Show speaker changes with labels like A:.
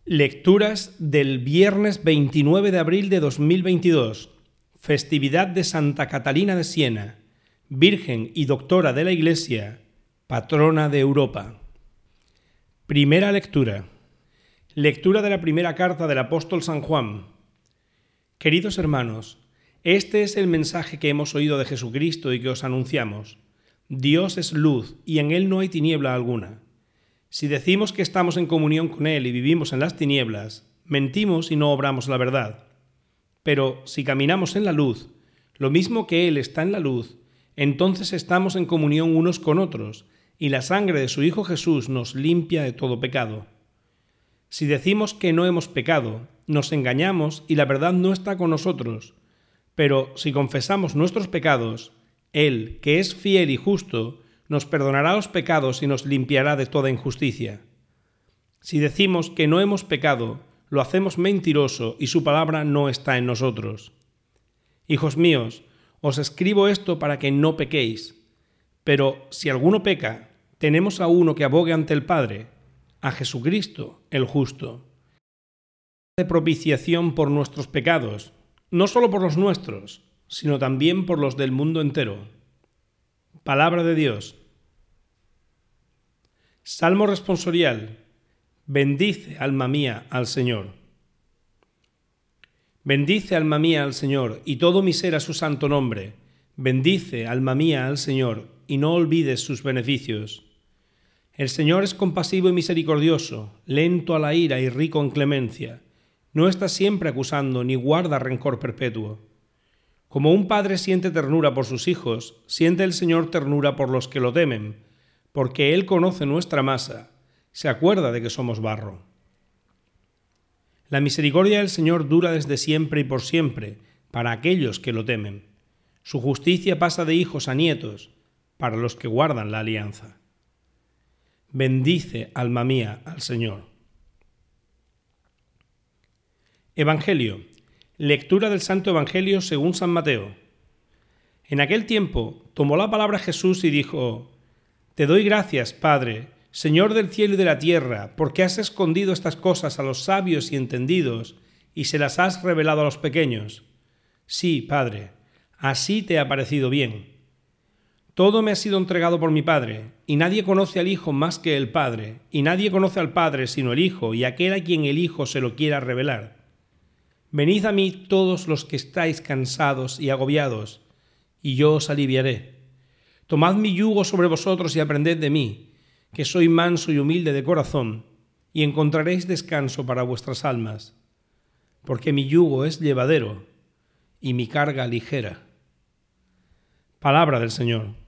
A: Lecturas del viernes 29 de abril de 2022, festividad de Santa Catalina de Siena, Virgen y Doctora de la Iglesia, patrona de Europa. Primera lectura. Lectura de la primera carta del apóstol San Juan. Queridos hermanos, este es el mensaje que hemos oído de Jesucristo y que os anunciamos. Dios es luz y en Él no hay tiniebla alguna. Si decimos que estamos en comunión con Él y vivimos en las tinieblas, mentimos y no obramos la verdad. Pero si caminamos en la luz, lo mismo que Él está en la luz, entonces estamos en comunión unos con otros, y la sangre de su Hijo Jesús nos limpia de todo pecado. Si decimos que no hemos pecado, nos engañamos y la verdad no está con nosotros. Pero si confesamos nuestros pecados, Él, que es fiel y justo, nos perdonará los pecados y nos limpiará de toda injusticia. Si decimos que no hemos pecado, lo hacemos mentiroso y su palabra no está en nosotros. Hijos míos, os escribo esto para que no pequéis. Pero si alguno peca, tenemos a uno que abogue ante el Padre, a Jesucristo, el justo. De propiciación por nuestros pecados, no solo por los nuestros, sino también por los del mundo entero. Palabra de Dios. Salmo responsorial. Bendice, alma mía, al Señor. Bendice, alma mía, al Señor, y todo mi ser a su santo nombre. Bendice, alma mía, al Señor, y no olvides sus beneficios. El Señor es compasivo y misericordioso, lento a la ira y rico en clemencia. No está siempre acusando ni guarda rencor perpetuo. Como un padre siente ternura por sus hijos, siente el Señor ternura por los que lo temen, porque Él conoce nuestra masa, se acuerda de que somos barro. La misericordia del Señor dura desde siempre y por siempre, para aquellos que lo temen. Su justicia pasa de hijos a nietos, para los que guardan la alianza. Bendice, alma mía, al Señor. Evangelio. Lectura del Santo Evangelio según San Mateo. En aquel tiempo tomó la palabra Jesús y dijo: Te doy gracias, Padre, Señor del cielo y de la tierra, porque has escondido estas cosas a los sabios y entendidos y se las has revelado a los pequeños. Sí, Padre, así te ha parecido bien. Todo me ha sido entregado por mi Padre, y nadie conoce al Hijo más que el Padre, y nadie conoce al Padre sino el Hijo y aquel a quien el Hijo se lo quiera revelar. Venid a mí todos los que estáis cansados y agobiados, y yo os aliviaré. Tomad mi yugo sobre vosotros y aprended de mí, que soy manso y humilde de corazón, y encontraréis descanso para vuestras almas, porque mi yugo es llevadero y mi carga ligera. Palabra del Señor.